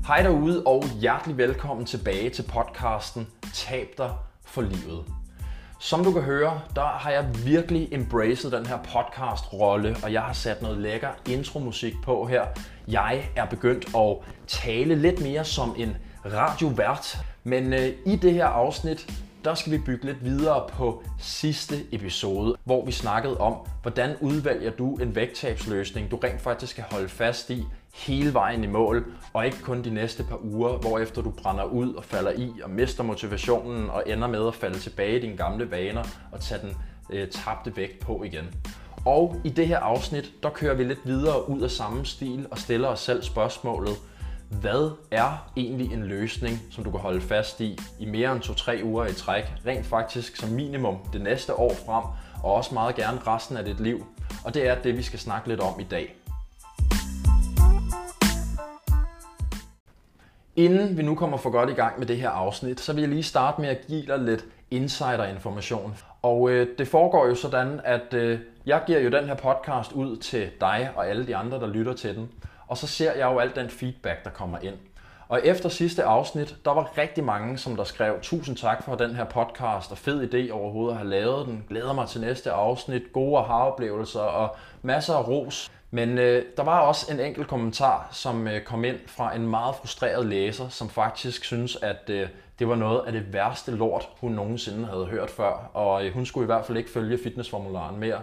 Hej derude og hjertelig velkommen tilbage til podcasten Tab dig for livet. Som du kan høre, der har jeg virkelig embraced den her podcast-rolle, og jeg har sat noget lækker intromusik på her. Jeg er begyndt at tale lidt mere som en radiovært, men i det her afsnit, der skal vi bygge lidt videre på sidste episode, hvor vi snakkede om, hvordan udvælger du en vægttabsløsning, du rent faktisk skal holde fast i hele vejen i mål, og ikke kun de næste par uger, hvorefter du brænder ud og falder i og mister motivationen og ender med at falde tilbage i dine gamle vaner og tage den tabte vægt på igen. Og i det her afsnit, der kører vi lidt videre ud af samme stil og stiller os selv spørgsmålet: hvad er egentlig en løsning, som du kan holde fast i mere end 2-3 uger i træk, rent faktisk som minimum det næste år frem, og også meget gerne resten af dit liv? Og det er det, vi skal snakke lidt om i dag. Inden vi nu kommer for godt i gang med det her afsnit, så vil jeg lige starte med at give dig lidt insider-information. Og det foregår jo sådan, at jeg giver jo den her podcast ud til dig og alle de andre, der lytter til den. Og så ser jeg jo alt den feedback, der kommer ind. Og efter sidste afsnit, der var rigtig mange, som der skrev: tusind tak for den her podcast, og fed idé overhovedet at have lavet den. Glæder mig til næste afsnit, gode aha-oplevelser og masser af ros. Men der var også en enkelt kommentar, som kom ind fra en meget frustreret læser, som faktisk synes, at det var noget af det værste lort, hun nogensinde havde hørt før. Og hun skulle i hvert fald ikke følge fitnessformularen mere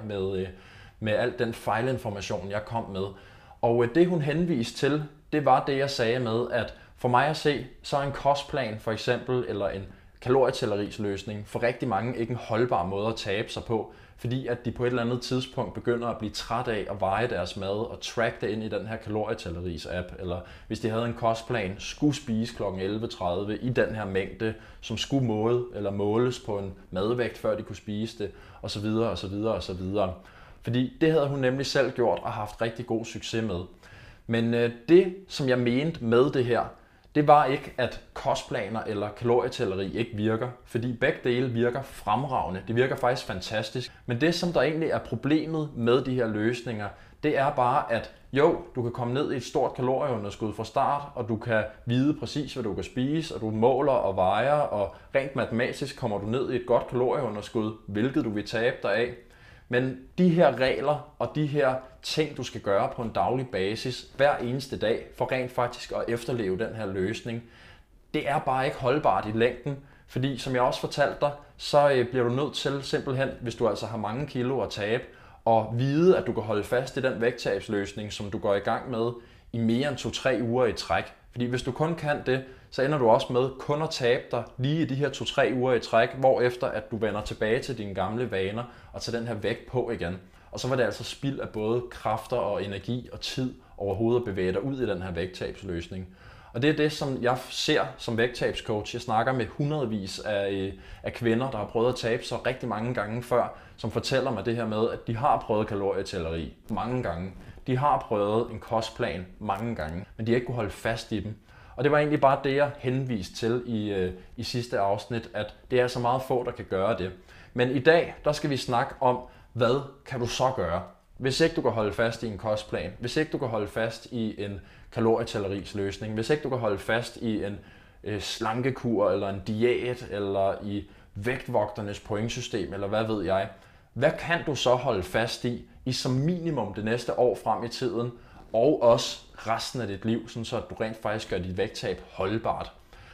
med al den fejlinformation, jeg kom med. Og det hun henviste til, det var det, jeg sagde med, at for mig at se, så er en kostplan for eksempel, eller en kalorietællerisløsning for rigtig mange ikke en holdbar måde at tabe sig på, fordi at de på et eller andet tidspunkt begynder at blive træt af at veje deres mad og track det ind i den her kalorietælleris-app, eller hvis de havde en kostplan, skulle spise kl. 11.30 i den her mængde, som skulle måles på en madvægt, før de kunne spise det, osv. osv. osv. Fordi det havde hun nemlig selv gjort og haft rigtig god succes med. Men det, som jeg mente med det her, det var ikke, at kostplaner eller kalorietælleri ikke virker, fordi begge dele virker fremragende. Det virker faktisk fantastisk. Men det, som der egentlig er problemet med de her løsninger, det er bare, at jo, du kan komme ned i et stort kalorieunderskud fra start, og du kan vide præcis, hvad du kan spise, og du måler og vejer, og rent matematisk kommer du ned i et godt kalorieunderskud, hvilket du vil tabe dig af. Men de her regler og de her ting, du skal gøre på en daglig basis hver eneste dag, for rent faktisk at efterleve den her løsning, det er bare ikke holdbart i længden. Fordi som jeg også fortalte dig, så bliver du nødt til simpelthen, hvis du altså har mange kilo at tabe, og vide, at du kan holde fast i den vægttabsløsning, som du går i gang med i mere end 2-3 uger i træk. Fordi hvis du kun kan det, så ender du også med kun at tabe dig lige i de her 2-3 uger i træk, hvorefter at du vender tilbage til dine gamle vaner og tager den her vægt på igen. Og så var det altså spild af både kræfter og energi og tid overhovedet at bevæge dig ud i den her vægttabsløsning. Og det er det, som jeg ser som vægttabscoach. Jeg snakker med hundredvis af kvinder, der har prøvet at tabe sig rigtig mange gange før, som fortæller mig det her med, at de har prøvet kalorietælleri mange gange. De har prøvet en kostplan mange gange, men de har ikke kunne holde fast i dem. Og det var egentlig bare det, jeg henviste til i sidste afsnit, at det er så meget få, der kan gøre det. Men i dag, der skal vi snakke om, hvad kan du så gøre, hvis ikke du kan holde fast i en kostplan, hvis ikke du kan holde fast i en kalorietællerisløsning, hvis ikke du kan holde fast i en slankekur, eller en diæt, eller i vægtvogternes pointsystem, eller hvad ved jeg. Hvad kan du så holde fast i som minimum det næste år frem i tiden, og også resten af dit liv, sådan så at du rent faktisk gør dit vægttab holdbart?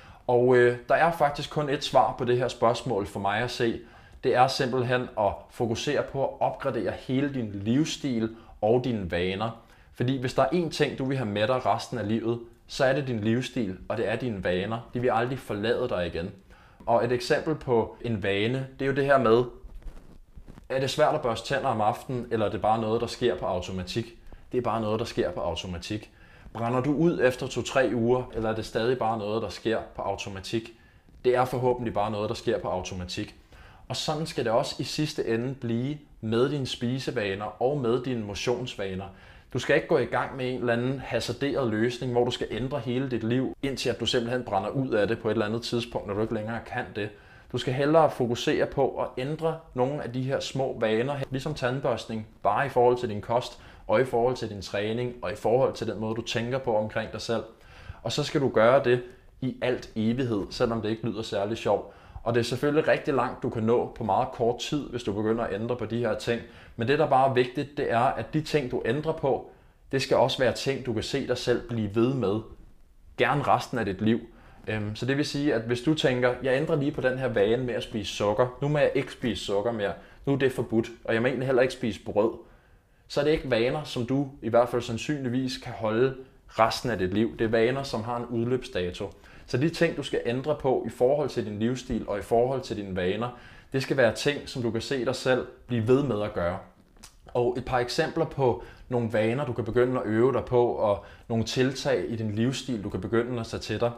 Og der er faktisk kun et svar på det her spørgsmål for mig at se. Det er simpelthen at fokusere på at opgradere hele din livsstil og dine vaner. Fordi hvis der er én ting, du vil have med dig resten af livet, så er det din livsstil, og det er dine vaner. De vil aldrig forlade dig igen. Og et eksempel på en vane, det er jo det her med, er det svært at børste tænder om aftenen, eller er det bare noget, der sker på automatik? Det er bare noget, der sker på automatik. Brænder du ud efter 2-3 uger, eller er det stadig bare noget, der sker på automatik? Det er forhåbentlig bare noget, der sker på automatik. Og sådan skal det også i sidste ende blive med dine spisevaner og med dine motionsvaner. Du skal ikke gå i gang med en eller anden hasarderet løsning, hvor du skal ændre hele dit liv, indtil at du simpelthen brænder ud af det på et eller andet tidspunkt, når du ikke længere kan det. Du skal hellere fokusere på at ændre nogle af de her små vaner, ligesom tandbørstning, bare i forhold til din kost, og i forhold til din træning, og i forhold til den måde, du tænker på omkring dig selv. Og så skal du gøre det i alt evighed, selvom det ikke lyder særlig sjovt. Og det er selvfølgelig rigtig langt, du kan nå på meget kort tid, hvis du begynder at ændre på de her ting. Men det, der bare er vigtigt, det er, at de ting, du ændrer på, det skal også være ting, du kan se dig selv blive ved med. Gerne resten af dit liv. Så det vil sige, at hvis du tænker, jeg ændrer lige på den her vane med at spise sukker, nu må jeg ikke spise sukker mere, nu er det forbudt, og jeg må egentlig heller ikke spise brød, så er det ikke vaner, som du i hvert fald sandsynligvis kan holde resten af dit liv. Det er vaner, som har en udløbsdato. Så de ting, du skal ændre på i forhold til din livsstil og i forhold til dine vaner, det skal være ting, som du kan se dig selv blive ved med at gøre. Og et par eksempler på nogle vaner, du kan begynde at øve dig på, og nogle tiltag i din livsstil, du kan begynde at tage til dig,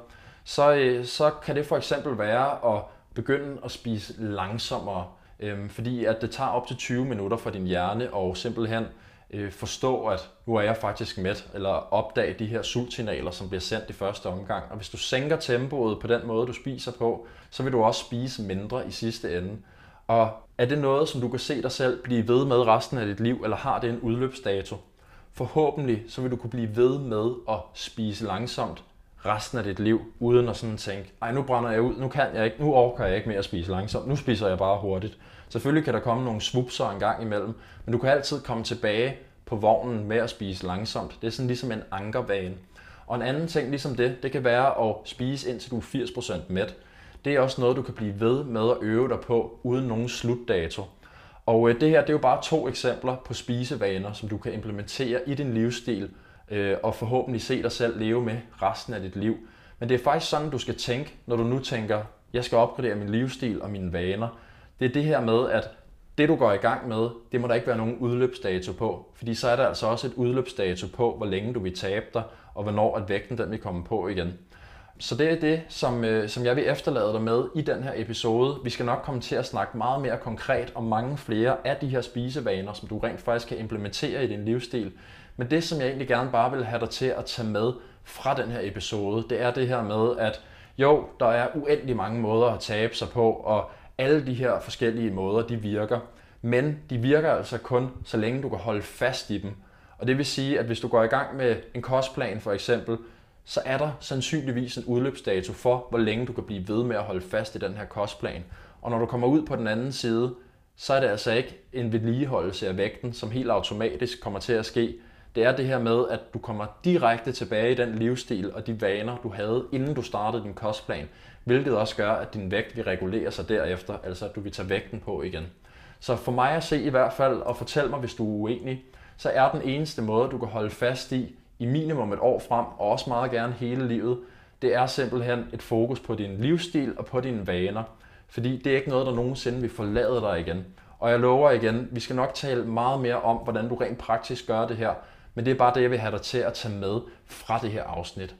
så kan det for eksempel være at begynde at spise langsommere, fordi at det tager op til 20 minutter for din hjerne og simpelthen forstå, at nu er jeg faktisk mæt, eller opdage de her sultsignaler, som bliver sendt i første omgang. Og hvis du sænker tempoet på den måde, du spiser på, så vil du også spise mindre i sidste ende. Og er det noget, som du kan se dig selv blive ved med resten af dit liv, eller har det en udløbsdato? Forhåbentlig så vil du kunne blive ved med at spise langsomt resten af dit liv, uden at sådan tænke, ej, nu brænder jeg ud, nu orker jeg ikke mere at spise langsomt, nu spiser jeg bare hurtigt. Selvfølgelig kan der komme nogle svupser en gang imellem, men du kan altid komme tilbage på vognen med at spise langsomt. Det er sådan ligesom en ankervane. Og en anden ting ligesom det kan være at spise indtil du er 80% mæt. Det er også noget, du kan blive ved med at øve dig på, uden nogen slutdato. Og det her, det er jo bare 2 eksempler på spisevaner, som du kan implementere i din livsstil, og forhåbentlig se dig selv leve med resten af dit liv. Men det er faktisk sådan, du skal tænke, når du nu tænker, jeg skal opgradere min livsstil og mine vaner. Det er det her med, at det du går i gang med, det må der ikke være nogen udløbsdato på. Fordi så er der altså også et udløbsdato på, hvor længe du vil tabe dig, og hvornår at vægten den vil komme på igen. Så det er det, som jeg vil efterlade dig med i den her episode. Vi skal nok komme til at snakke meget mere konkret om mange flere af de her spisevaner, som du rent faktisk kan implementere i din livsstil. Men det, som jeg egentlig gerne bare vil have dig til at tage med fra den her episode, det er det her med, at jo, der er uendelig mange måder at tabe sig på, og alle de her forskellige måder, de virker. Men de virker altså kun, så længe du kan holde fast i dem. Og det vil sige, at hvis du går i gang med en kostplan for eksempel, så er der sandsynligvis en udløbsdato for, hvor længe du kan blive ved med at holde fast i den her kostplan. Og når du kommer ud på den anden side, så er det altså ikke en vedligeholdelse af vægten, som helt automatisk kommer til at ske. Det er det her med, at du kommer direkte tilbage i den livsstil og de vaner, du havde, inden du startede din kostplan, hvilket også gør, at din vægt vil regulere sig derefter, altså at du vil tage vægten på igen. Så for mig at se i hvert fald, og fortæl mig, hvis du er uenig, så er den eneste måde, du kan holde fast i minimum et år frem, og også meget gerne hele livet, det er simpelthen et fokus på din livsstil og på dine vaner. Fordi det er ikke noget, der nogensinde vil forlade dig igen. Og jeg lover igen, vi skal nok tale meget mere om, hvordan du rent praktisk gør det her, men det er bare det, jeg vil have dig til at tage med fra det her afsnit.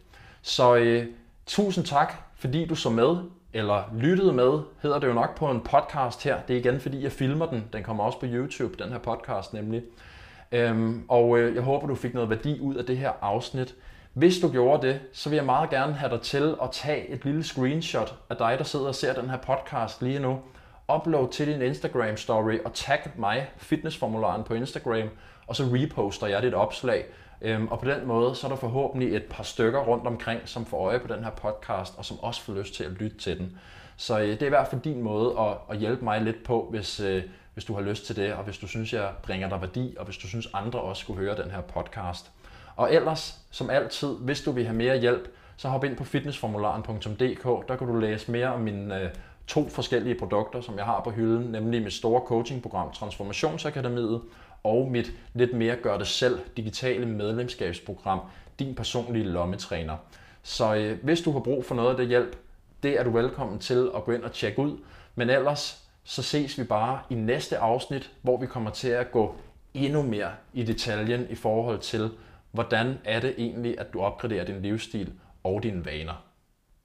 Så tusind tak, fordi du så med, eller lyttede med, hedder det jo nok på en podcast her. Det er igen, fordi jeg filmer den. Den kommer også på YouTube, den her podcast nemlig. Jeg håber, du fik noget værdi ud af det her afsnit. Hvis du gjorde det, så vil jeg meget gerne have dig til at tage et lille screenshot af dig, der sidder og ser den her podcast lige nu. Upload til din Instagram story og tag mig, fitnessformularen på Instagram, og så reposter jeg dit opslag. Og på den måde, så er der forhåbentlig et par stykker rundt omkring, som får øje på den her podcast, og som også får lyst til at lytte til den. Så det er i hvert fald din måde at hjælpe mig lidt på, hvis du har lyst til det, og hvis du synes, jeg bringer dig værdi, og hvis du synes, andre også skulle høre den her podcast. Og ellers, som altid, hvis du vil have mere hjælp, så hop ind på fitnessformularen.dk. Der kan du læse mere om mine 2 forskellige produkter, som jeg har på hylden, nemlig mit store coachingprogram Transformationsakademiet, og mit lidt mere gør det selv digitale medlemskabsprogram, din personlige lommetræner. Så hvis du har brug for noget af det hjælp, det er du velkommen til at gå ind og tjekke ud. Men ellers, så ses vi bare i næste afsnit, hvor vi kommer til at gå endnu mere i detaljen i forhold til, hvordan er det egentlig, at du opgraderer din livsstil og dine vaner.